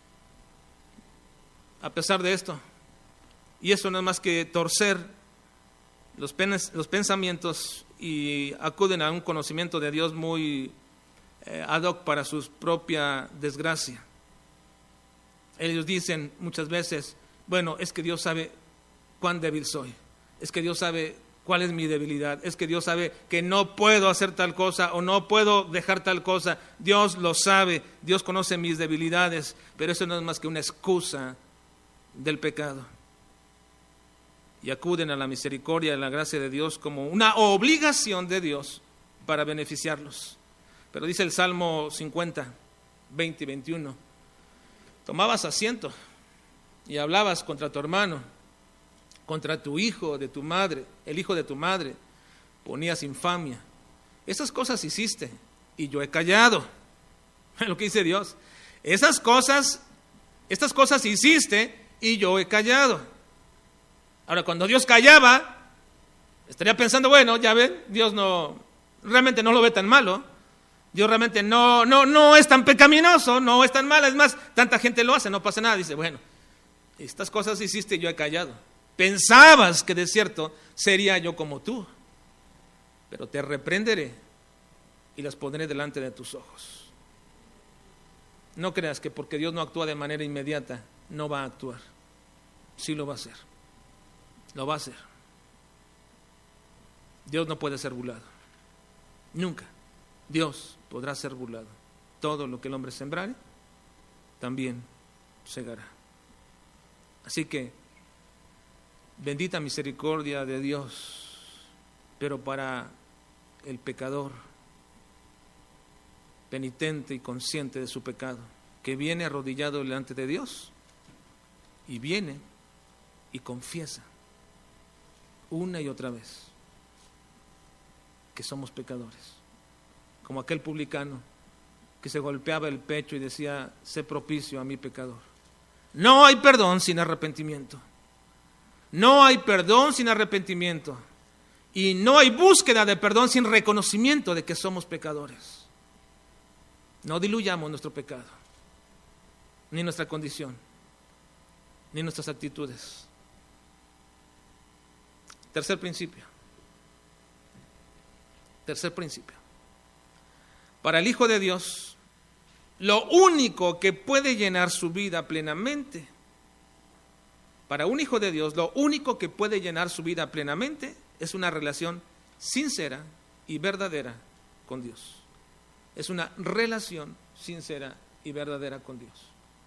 a pesar de esto. Y eso no es más que torcer los pensamientos, y acuden a un conocimiento de Dios muy ad hoc para su propia desgracia. Ellos dicen muchas veces, bueno, es que Dios sabe cuán débil soy, es que Dios sabe cuál es mi debilidad, es que Dios sabe que no puedo hacer tal cosa o no puedo dejar tal cosa. Dios lo sabe, Dios conoce mis debilidades, pero eso no es más que una excusa del pecado. Y acuden a la misericordia y a la gracia de Dios como una obligación de Dios para beneficiarlos. Pero dice el Salmo 50, 20 y 21, tomabas asiento y hablabas contra tu hermano, contra tu hijo de tu madre, el hijo de tu madre, ponías infamia. Esas cosas hiciste y yo he callado. Lo que dice Dios, estas cosas hiciste y yo he callado. Ahora, cuando Dios callaba, estaría pensando, bueno, ya ven, Dios realmente no lo ve tan malo. Dios realmente no es tan pecaminoso, no es tan malo. Es más, tanta gente lo hace, no pasa nada. Dice, bueno, estas cosas hiciste y yo he callado. Pensabas que de cierto sería yo como tú, pero te reprenderé y las pondré delante de tus ojos. No creas que porque Dios no actúa de manera inmediata, no va a actuar. Sí lo va a hacer. Lo va a hacer. Dios no puede ser burlado. Nunca. Dios podrá ser burlado. Todo lo que el hombre sembrare, también segará. Así que, bendita misericordia de Dios, pero para el pecador penitente y consciente de su pecado, que viene arrodillado delante de Dios y viene y confiesa una y otra vez que somos pecadores, como aquel publicano que se golpeaba el pecho y decía, sé propicio a mi pecador. No hay perdón sin arrepentimiento. No hay perdón sin arrepentimiento. Y no hay búsqueda de perdón sin reconocimiento de que somos pecadores. No diluyamos nuestro pecado, ni nuestra condición. ni nuestras actitudes. Tercer principio. Para el Hijo de Dios, lo único que puede llenar su vida plenamente, para un hijo de Dios, lo único que puede llenar su vida plenamente es una relación sincera y verdadera con Dios. Es una relación sincera y verdadera con Dios.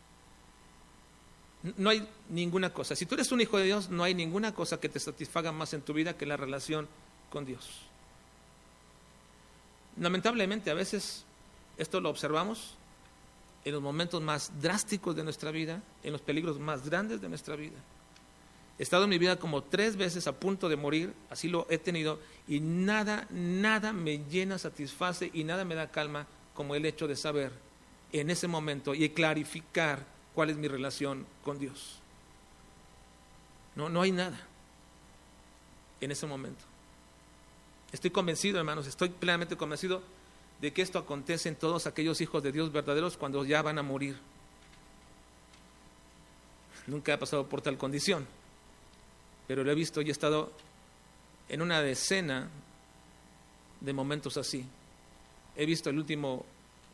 No hay ninguna cosa. Si tú eres un hijo de Dios, no hay ninguna cosa que te satisfaga más en tu vida que la relación con Dios. Lamentablemente, a veces esto lo observamos en los momentos más drásticos de nuestra vida, en los peligros más grandes de nuestra vida. He estado en mi vida como 3 veces a punto de morir, así lo he tenido, y nada me llena, satisface y nada me da calma como el hecho de saber en ese momento y clarificar cuál es mi relación con Dios. No hay nada en ese momento. Estoy convencido, hermanos, estoy plenamente convencido de que esto acontece en todos aquellos hijos de Dios verdaderos cuando ya van a morir. Nunca he pasado por tal condición, pero lo he visto y he estado en una decena de momentos así. He visto el último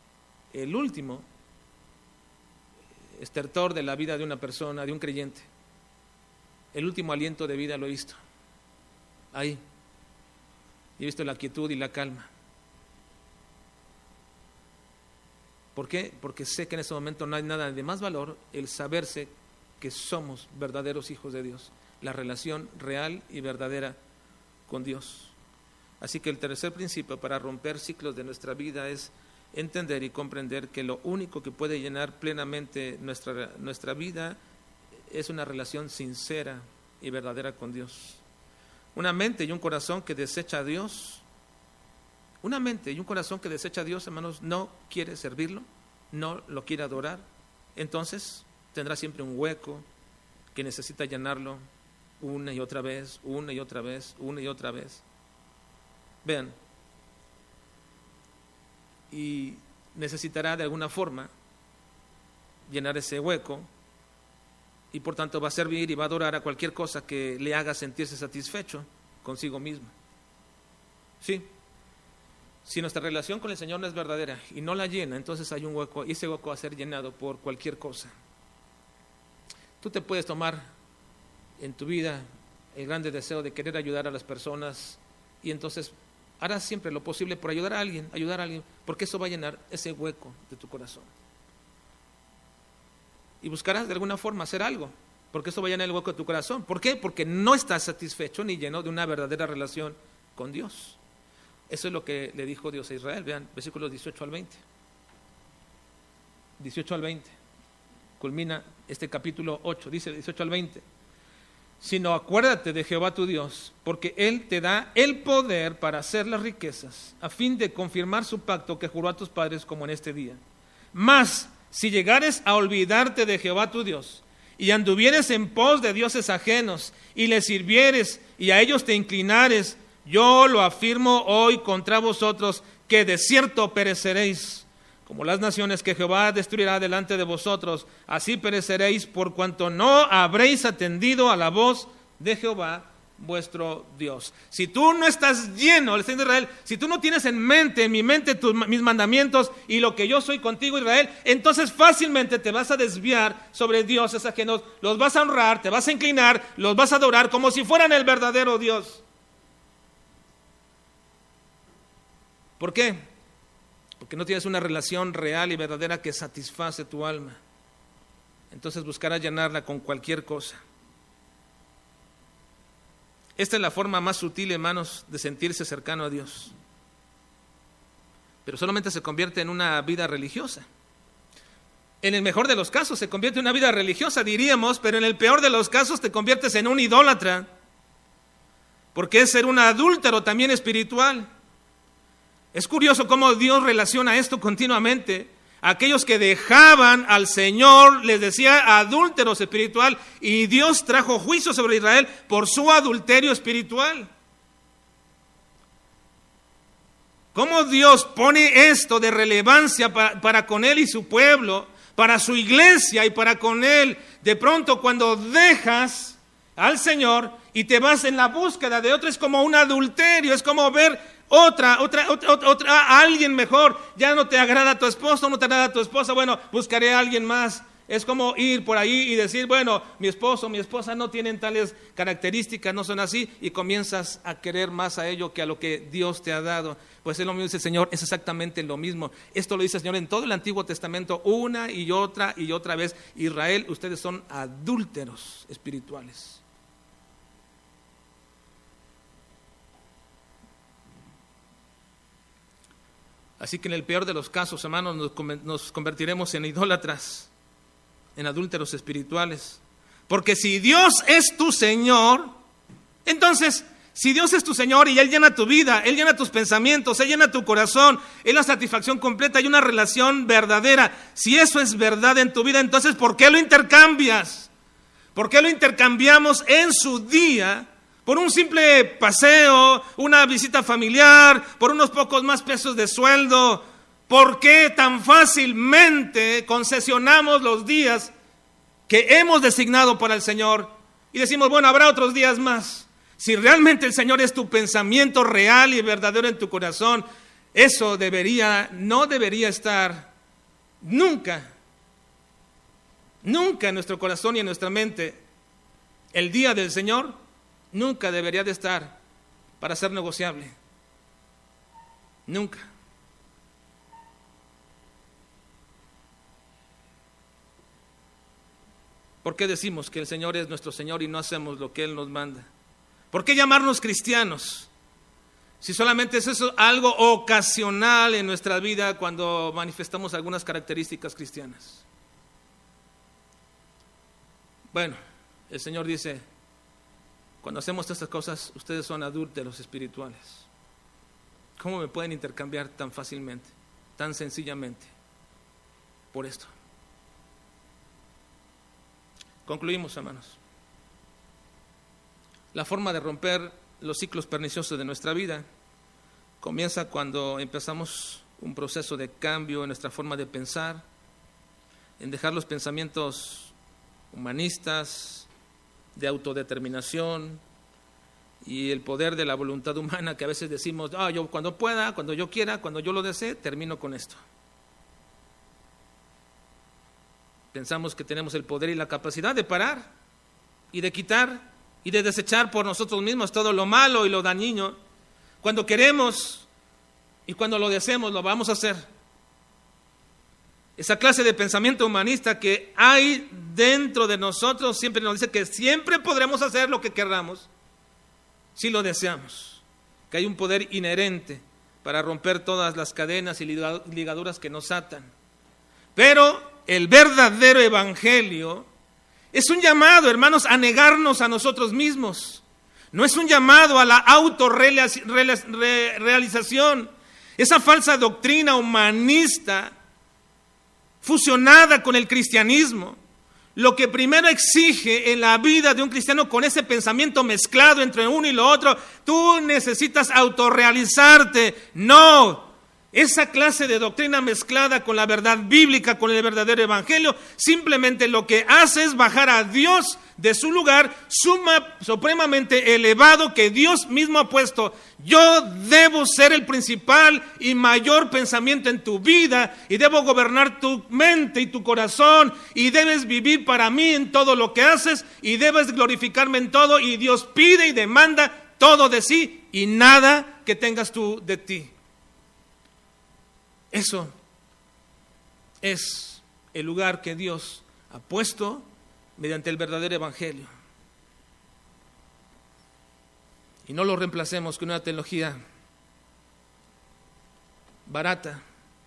estertor de la vida de una persona, de un creyente. El último aliento de vida lo he visto ahí. Y he visto la quietud y la calma. ¿Por qué? Porque sé que en ese momento no hay nada de más valor el saberse que somos verdaderos hijos de Dios, la relación real y verdadera con Dios. Así que el tercer principio para romper ciclos de nuestra vida es entender y comprender que lo único que puede llenar plenamente nuestra vida es una relación sincera y verdadera con Dios. Una mente y un corazón que desecha a Dios, hermanos, no quiere servirlo, no lo quiere adorar, entonces tendrá siempre un hueco que necesita llenarlo una y otra vez. Vean, y necesitará de alguna forma llenar ese hueco, y por tanto va a servir y va a adorar a cualquier cosa que le haga sentirse satisfecho consigo mismo. Sí, si nuestra relación con el Señor no es verdadera y no la llena, entonces hay un hueco, y ese hueco va a ser llenado por cualquier cosa. Tú te puedes tomar en tu vida el grande deseo de querer ayudar a las personas, y entonces harás siempre lo posible por ayudar a alguien, porque eso va a llenar ese hueco de tu corazón. Y buscarás de alguna forma hacer algo, porque eso va a llenar el hueco de tu corazón. ¿Por qué? Porque no estás satisfecho ni lleno de una verdadera relación con Dios. Eso es lo que le dijo Dios a Israel. Vean, versículos 18 al 20. 18 al 20. Culmina este capítulo 8, dice 18 al 20. Sino acuérdate de Jehová tu Dios, porque Él te da el poder para hacer las riquezas, a fin de confirmar su pacto que juró a tus padres como en este día. Mas, si llegares a olvidarte de Jehová tu Dios, y anduvieres en pos de dioses ajenos, y les sirvieres, y a ellos te inclinares, yo lo afirmo hoy contra vosotros, que de cierto pereceréis. Como las naciones que Jehová destruirá delante de vosotros, así pereceréis por cuanto no habréis atendido a la voz de Jehová vuestro Dios. Si tú no estás lleno, el Señor de Israel, si tú no tienes en mi mente mis mandamientos y lo que yo soy contigo, Israel, entonces fácilmente te vas a desviar sobre dioses ajenos, los vas a honrar, te vas a inclinar, los vas a adorar como si fueran el verdadero Dios. ¿Por qué? Porque no tienes una relación real y verdadera que satisface tu alma. Entonces buscarás llenarla con cualquier cosa. Esta es la forma más sutil, hermanos, de sentirse cercano a Dios. Pero solamente se convierte en una vida religiosa. En el mejor de los casos se convierte en una vida religiosa, diríamos, pero en el peor de los casos te conviertes en un idólatra. Porque es ser un adúltero también espiritual. Es curioso cómo Dios relaciona esto continuamente. Aquellos que dejaban al Señor les decía adúlteros espiritual, y Dios trajo juicio sobre Israel por su adulterio espiritual. ¿Cómo Dios pone esto de relevancia para con él y su pueblo? para su iglesia y para con Él. De pronto cuando dejas al Señor y te vas en la búsqueda de otro, es como un adulterio, es como ver a alguien mejor. Ya no te agrada tu esposo, no te agrada tu esposa, bueno, buscaré a alguien más. Es como ir por ahí y decir, bueno, mi esposo, mi esposa no tienen tales características, no son así, y comienzas a querer más a ello que a lo que Dios te ha dado. Pues es lo mismo, dice el Señor, es exactamente lo mismo. Esto lo dice el Señor en todo el Antiguo Testamento, una y otra vez. Israel, ustedes son adúlteros espirituales. Así que en el peor de los casos, hermanos, nos convertiremos en idólatras, en adúlteros espirituales. Porque si Dios es tu Señor, entonces, si Dios es tu Señor y Él llena tu vida, Él llena tus pensamientos, Él llena tu corazón, es la satisfacción completa, hay una relación verdadera. Si eso es verdad en tu vida, entonces, ¿por qué lo intercambias? ¿Por qué lo intercambiamos en su día por un simple paseo, una visita familiar, por unos pocos más pesos de sueldo? ¿Por qué tan fácilmente concesionamos los días que hemos designado para el Señor y decimos, bueno, habrá otros días más? Si realmente el Señor es tu pensamiento real y verdadero en tu corazón, eso no debería estar nunca en nuestro corazón y en nuestra mente. El día del Señor nunca debería de estar para ser negociable. Nunca. ¿Por qué decimos que el Señor es nuestro Señor y no hacemos lo que Él nos manda? ¿Por qué llamarnos cristianos? Si solamente es eso algo ocasional en nuestra vida cuando manifestamos algunas características cristianas. Bueno, el Señor dice, cuando hacemos estas cosas, ustedes son adúlteros espirituales. ¿Cómo me pueden intercambiar tan fácilmente, tan sencillamente? Por esto. Concluimos, hermanos. La forma de romper los ciclos perniciosos de nuestra vida comienza cuando empezamos un proceso de cambio en nuestra forma de pensar, en dejar los pensamientos humanistas, de autodeterminación y el poder de la voluntad humana, que a veces decimos, yo cuando pueda, cuando yo quiera, cuando yo lo desee, termino con esto. Pensamos que tenemos el poder y la capacidad de parar y de quitar y de desechar por nosotros mismos todo lo malo y lo dañino. Cuando queremos y cuando lo deseemos, lo vamos a hacer. Esa clase de pensamiento humanista que hay dentro de nosotros siempre nos dice que siempre podremos hacer lo que queramos, si lo deseamos. Que hay un poder inherente para romper todas las cadenas y ligaduras que nos atan. Pero el verdadero evangelio es un llamado, hermanos, a negarnos a nosotros mismos. No es un llamado a la autorrealización. Esa falsa doctrina humanista fusionada con el cristianismo, lo que primero exige en la vida de un cristiano con ese pensamiento mezclado entre uno y lo otro, tú necesitas autorrealizarte. No. Esa clase de doctrina mezclada con la verdad bíblica, con el verdadero evangelio, simplemente lo que hace es bajar a Dios de su lugar supremamente elevado que Dios mismo ha puesto. Yo debo ser el principal y mayor pensamiento en tu vida y debo gobernar tu mente y tu corazón y debes vivir para mí en todo lo que haces y debes glorificarme en todo, y Dios pide y demanda todo de sí y nada que tengas tú de ti. Eso es el lugar que Dios ha puesto mediante el verdadero evangelio. Y no lo reemplacemos con una teología barata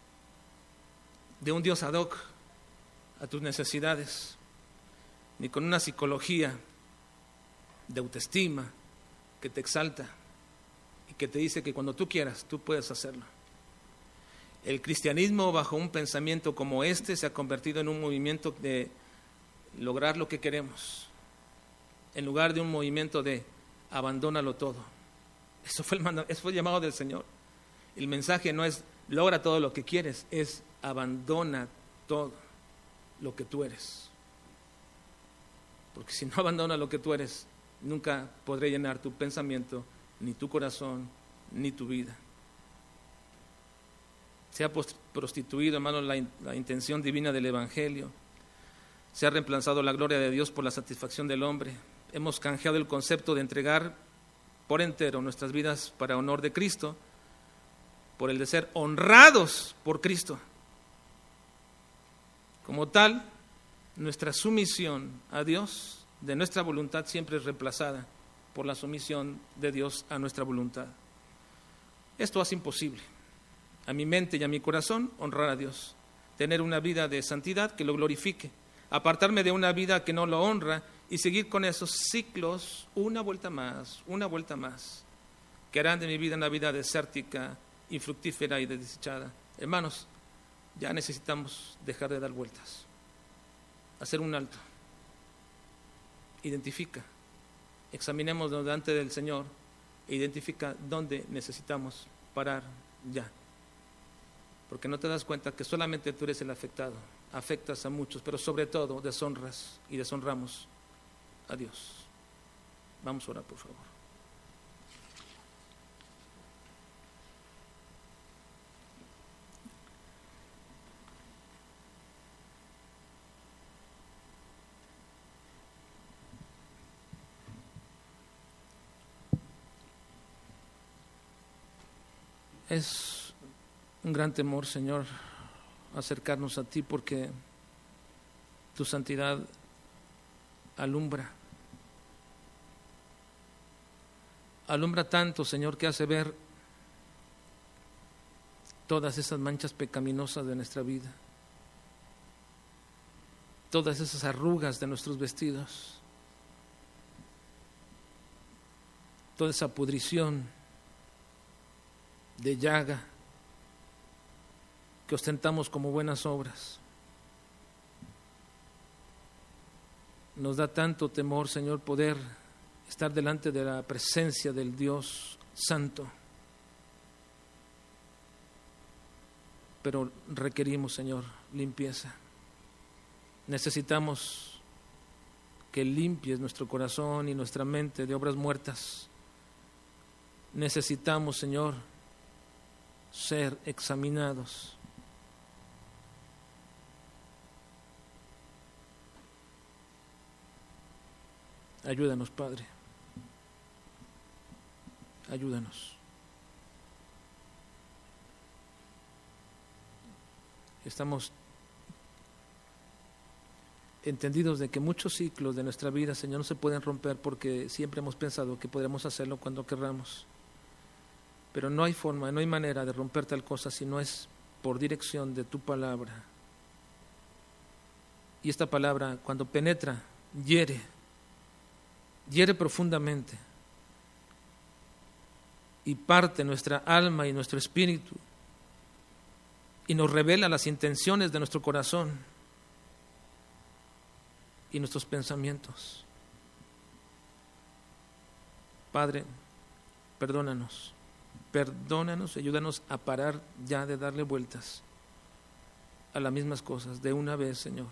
de un Dios ad hoc a tus necesidades, ni con una psicología de autoestima que te exalta y que te dice que cuando tú quieras, tú puedes hacerlo. El cristianismo bajo un pensamiento como este se ha convertido en un movimiento de lograr lo que queremos, en lugar de un movimiento de abandónalo todo. Eso fue el llamado del Señor. El mensaje no es logra todo lo que quieres, es abandona todo. lo que tú eres. Porque si no abandonas lo que tú eres, nunca podré llenar tu pensamiento, ni tu corazón, ni tu vida. Se ha prostituido, hermanos, la intención divina del Evangelio. Se ha reemplazado la gloria de Dios por la satisfacción del hombre. Hemos canjeado el concepto de entregar por entero nuestras vidas para honor de Cristo por el de ser honrados por Cristo. Como tal, nuestra sumisión a Dios de nuestra voluntad siempre es reemplazada por la sumisión de Dios a nuestra voluntad. Esto hace imposible a mi mente y a mi corazón honrar a Dios, tener una vida de santidad que lo glorifique, apartarme de una vida que no lo honra y seguir con esos ciclos una vuelta más, que harán de mi vida una vida desértica, infructífera y desdichada. Hermanos, ya necesitamos dejar de dar vueltas, hacer un alto. Identifica, examinemos delante del Señor e identifica dónde necesitamos parar ya. Porque no te das cuenta que solamente tú eres el afectado, afectas a muchos, pero sobre todo deshonras y deshonramos a Dios. Vamos a orar, por favor. Es un gran temor, Señor, acercarnos a ti porque tu santidad alumbra tanto, Señor, que hace ver todas esas manchas pecaminosas de nuestra vida, todas esas arrugas de nuestros vestidos, toda esa pudrición de llaga que ostentamos como buenas obras. Nos da tanto temor, Señor, poder estar delante de la presencia del Dios Santo. Pero requerimos, Señor, limpieza. Necesitamos que limpies nuestro corazón y nuestra mente de obras muertas. Necesitamos, Señor, ser examinados. Ayúdanos, Padre. Ayúdanos. Estamos entendidos de que muchos ciclos de nuestra vida, Señor, no se pueden romper porque siempre hemos pensado que podremos hacerlo cuando querramos. Pero no hay forma, no hay manera de romper tal cosa si no es por dirección de tu palabra. Y esta palabra, cuando penetra, hiere profundamente y parte nuestra alma y nuestro espíritu y nos revela las intenciones de nuestro corazón y nuestros pensamientos. Padre, perdónanos, ayúdanos a parar ya de darle vueltas a las mismas cosas de una vez, Señor.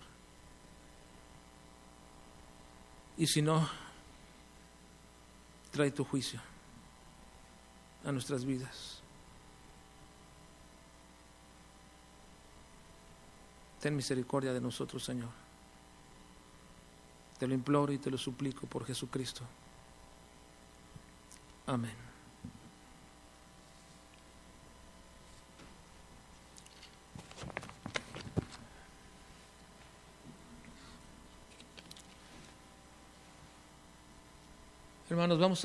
Y si no, trae tu juicio a nuestras vidas. Ten misericordia de nosotros, Señor. Te lo imploro y te lo suplico por Jesucristo. Amén. Hermanos, vamos a